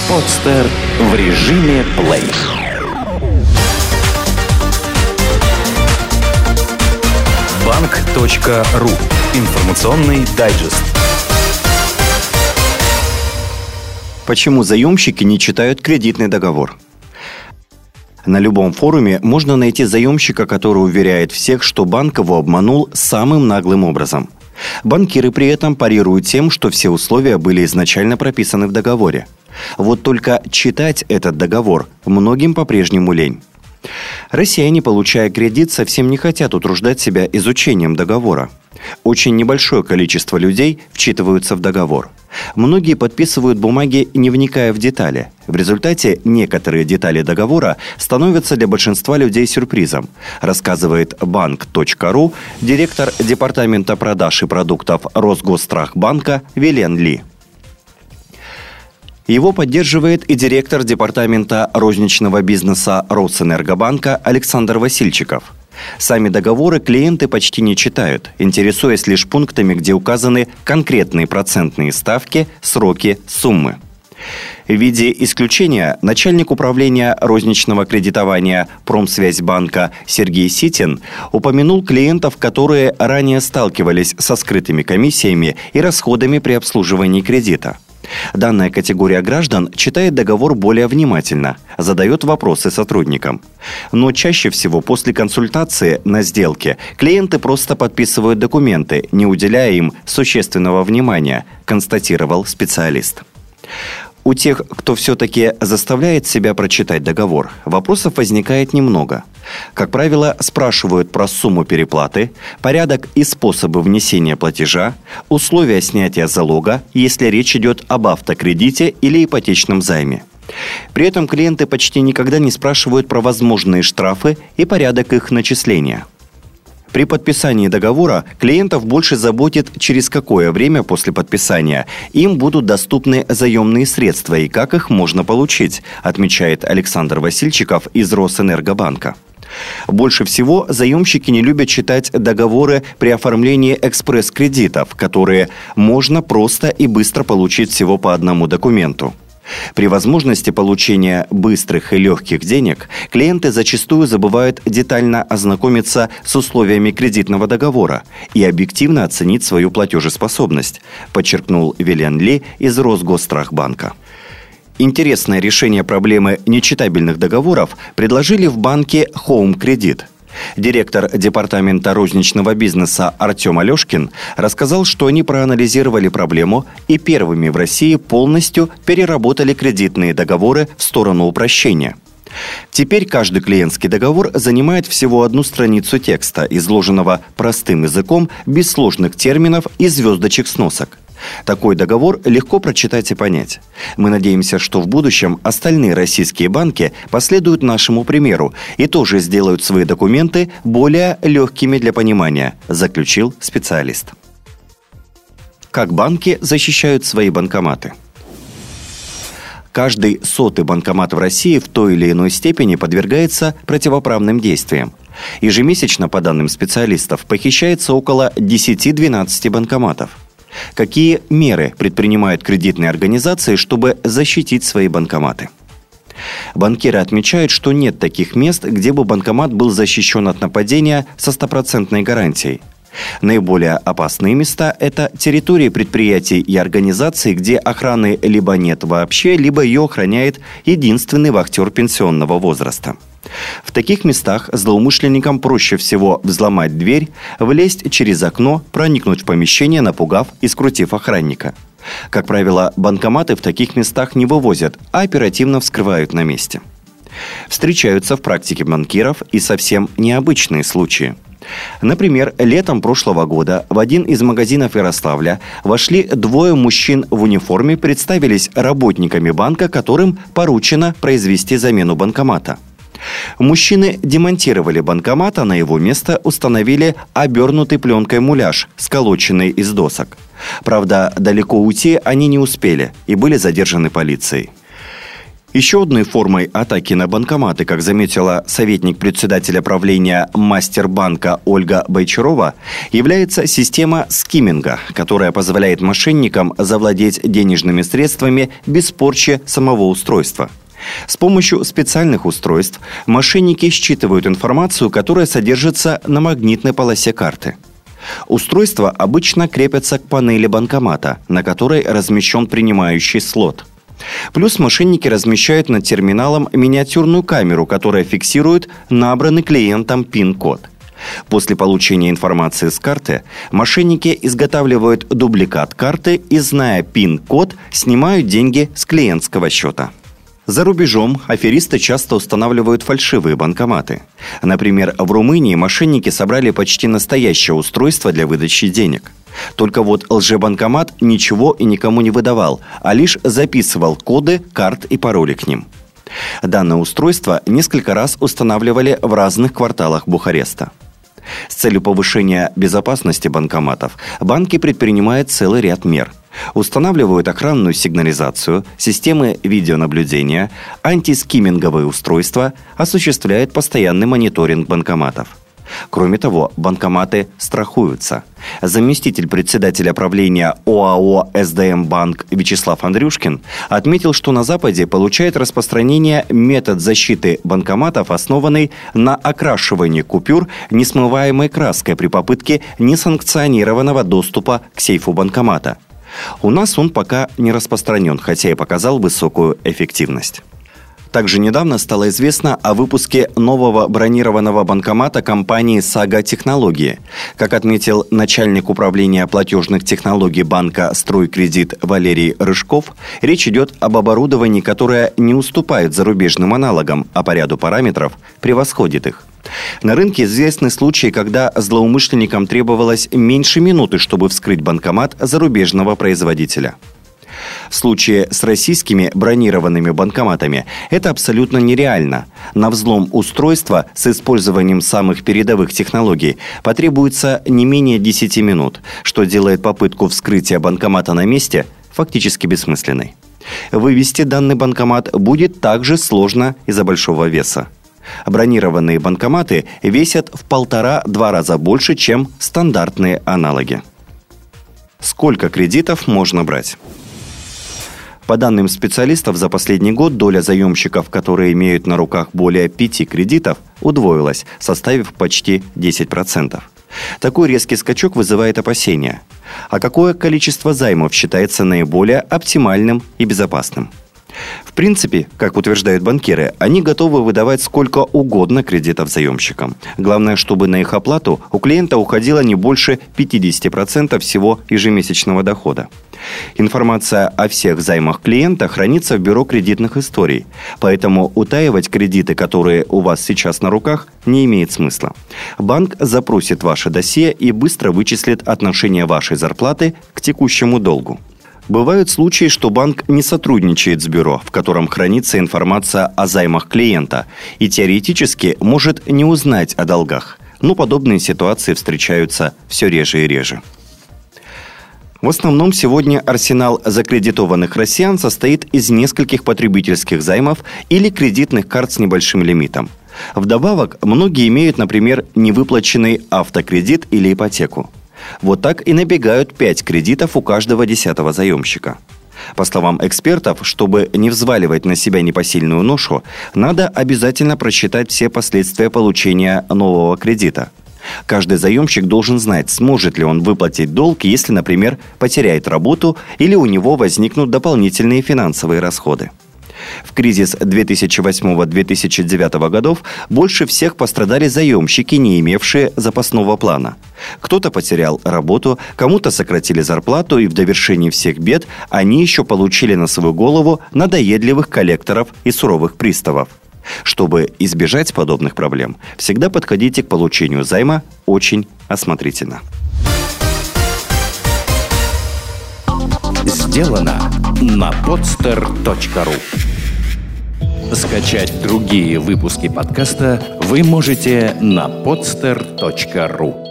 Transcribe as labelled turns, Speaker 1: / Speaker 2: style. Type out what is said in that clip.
Speaker 1: Подстер в режиме плей. Банк.ру. Информационный дайджест.
Speaker 2: Почему заемщики не читают кредитный договор? На любом форуме можно найти заемщика, который уверяет всех, что банк его обманул самым наглым образом. Банкиры при этом парируют тем, что все условия были изначально прописаны в договоре. Вот только читать этот договор многим по-прежнему лень. Россияне, получая кредит, совсем не хотят утруждать себя изучением договора. Очень небольшое количество людей вчитываются в договор. Многие подписывают бумаги, не вникая в детали. В результате некоторые детали договора становятся для большинства людей сюрпризом, рассказывает Банк.ру директор департамента продаж и продуктов Росгосстрахбанка Вилен Ли. Его поддерживает и директор департамента розничного бизнеса Росэнергобанка Александр Васильчиков. Сами договоры клиенты почти не читают, интересуясь лишь пунктами, где указаны конкретные процентные ставки, сроки, суммы. В виде исключения начальник управления розничного кредитования Промсвязьбанка Сергей Ситин упомянул клиентов, которые ранее сталкивались со скрытыми комиссиями и расходами при обслуживании кредита. Данная категория граждан читает договор более внимательно, задает вопросы сотрудникам. Но чаще всего после консультации на сделке клиенты просто подписывают документы, не уделяя им существенного внимания, констатировал специалист. У тех, кто все-таки заставляет себя прочитать договор, вопросов возникает немного. Как правило, спрашивают про сумму переплаты, порядок и способы внесения платежа, условия снятия залога, если речь идет об автокредите или ипотечном займе. При этом клиенты почти никогда не спрашивают про возможные штрафы и порядок их начисления. При подписании договора клиентов больше заботит, через какое время после подписания им будут доступны заемные средства и как их можно получить, отмечает Александр Васильчиков из Росэнергобанка. Больше всего заемщики не любят читать договоры при оформлении экспресс-кредитов, которые можно просто и быстро получить всего по одному документу. При возможности получения быстрых и легких денег клиенты зачастую забывают детально ознакомиться с условиями кредитного договора и объективно оценить свою платежеспособность, подчеркнул Вилен Ли из Росгосстрахбанка. Интересное решение проблемы нечитабельных договоров предложили в банке Home Credit. Директор департамента розничного бизнеса Артем Алешкин рассказал, что они проанализировали проблему и первыми в России полностью переработали кредитные договоры в сторону упрощения. Теперь каждый клиентский договор занимает всего одну страницу текста, изложенного простым языком, без сложных терминов и звездочек-сносок. Такой договор легко прочитать и понять. Мы надеемся, что в будущем остальные российские банки последуют нашему примеру и тоже сделают свои документы более легкими для понимания, заключил специалист. Как банки защищают свои банкоматы? Каждый 100-й банкомат в России в той или иной степени подвергается противоправным действиям. Ежемесячно, по данным специалистов, похищается около 10-12 банкоматов. Какие меры предпринимают кредитные организации, чтобы защитить свои банкоматы? Банкиры отмечают, что нет таких мест, где бы банкомат был защищен от нападения со стопроцентной гарантией. Наиболее опасные места – это территории предприятий и организаций, где охраны либо нет вообще, либо ее охраняет единственный вахтер пенсионного возраста. В таких местах злоумышленникам проще всего взломать дверь, влезть через окно, проникнуть в помещение, напугав и скрутив охранника. Как правило, банкоматы в таких местах не вывозят, а оперативно вскрывают на месте. Встречаются в практике банкиров и совсем необычные случаи. Например, летом прошлого года в один из магазинов Ярославля вошли двое мужчин в униформе, представились работниками банка, которым поручено произвести замену банкомата. Мужчины демонтировали банкомат, а на его место установили обернутый пленкой муляж, сколоченный из досок. Правда, далеко уйти они не успели и были задержаны полицией. Еще одной формой атаки на банкоматы, как заметила советник председателя правления Мастербанка Ольга Бойчарова, является система скимминга, которая позволяет мошенникам завладеть денежными средствами без порчи самого устройства. С помощью специальных устройств мошенники считывают информацию, которая содержится на магнитной полосе карты. Устройства обычно крепятся к панели банкомата, на которой размещен принимающий слот. Плюс мошенники размещают над терминалом миниатюрную камеру, которая фиксирует набранный клиентом PIN-код. После получения информации с карты, мошенники изготавливают дубликат карты и, зная PIN-код, снимают деньги с клиентского счета. За рубежом аферисты часто устанавливают фальшивые банкоматы. Например, в Румынии мошенники собрали почти настоящее устройство для выдачи денег. Только вот лжебанкомат ничего и никому не выдавал, а лишь записывал коды, карт и пароли к ним. Данное устройство несколько раз устанавливали в разных кварталах Бухареста. С целью повышения безопасности банкоматов банки предпринимают целый ряд мер. Устанавливают охранную сигнализацию, системы видеонаблюдения, антискимминговые устройства, осуществляют постоянный мониторинг банкоматов. Кроме того, банкоматы страхуются. Заместитель председателя правления ОАО «СДМ Банк» Вячеслав Андрюшкин отметил, что на Западе получает распространение метод защиты банкоматов, основанный на окрашивании купюр несмываемой краской при попытке несанкционированного доступа к сейфу банкомата. У нас он пока не распространен, хотя и показал высокую эффективность. Также недавно стало известно о выпуске нового бронированного банкомата компании «Сага Технологии». Как отметил начальник управления платежных технологий банка «Стройкредит» Валерий Рыжков, речь идет об оборудовании, которое не уступает зарубежным аналогам, а по ряду параметров превосходит их. На рынке известны случаи, когда злоумышленникам требовалось меньше минуты, чтобы вскрыть банкомат зарубежного производителя. В случае с российскими бронированными банкоматами это абсолютно нереально. На взлом устройства с использованием самых передовых технологий потребуется не менее 10 минут, что делает попытку вскрытия банкомата на месте фактически бессмысленной. Вывести данный банкомат будет также сложно из-за большого веса. Бронированные банкоматы весят в 1,5-2 раза больше, чем стандартные аналоги. Сколько кредитов можно брать? По данным специалистов, за последний год доля заемщиков, которые имеют на руках более 5 кредитов, удвоилась, составив почти 10%. Такой резкий скачок вызывает опасения. А какое количество займов считается наиболее оптимальным и безопасным? В принципе, как утверждают банкиры, они готовы выдавать сколько угодно кредитов заемщикам. Главное, чтобы на их оплату у клиента уходило не больше 50% всего ежемесячного дохода. Информация о всех займах клиента хранится в бюро кредитных историй, поэтому утаивать кредиты, которые у вас сейчас на руках, не имеет смысла. Банк запросит ваше досье и быстро вычислит отношение вашей зарплаты к текущему долгу. Бывают случаи, что банк не сотрудничает с бюро, в котором хранится информация о займах клиента, и теоретически может не узнать о долгах. Но подобные ситуации встречаются все реже и реже. В основном сегодня арсенал закредитованных россиян состоит из нескольких потребительских займов или кредитных карт с небольшим лимитом. Вдобавок, многие имеют, например, невыплаченный автокредит или ипотеку. Вот так и набегают 5 кредитов у каждого 10-го заемщика. По словам экспертов, чтобы не взваливать на себя непосильную ношу, надо обязательно просчитать все последствия получения нового кредита. Каждый заемщик должен знать, сможет ли он выплатить долг, если, например, потеряет работу или у него возникнут дополнительные финансовые расходы. В кризис 2008-2009 годов больше всех пострадали заемщики, не имевшие запасного плана. Кто-то потерял работу, кому-то сократили зарплату, и в довершении всех бед они еще получили на свою голову надоедливых коллекторов и суровых приставов. Чтобы избежать подобных проблем, всегда подходите к получению займа очень осмотрительно.
Speaker 1: Сделано на podster.ru. Скачать другие выпуски подкаста вы можете на podster.ru.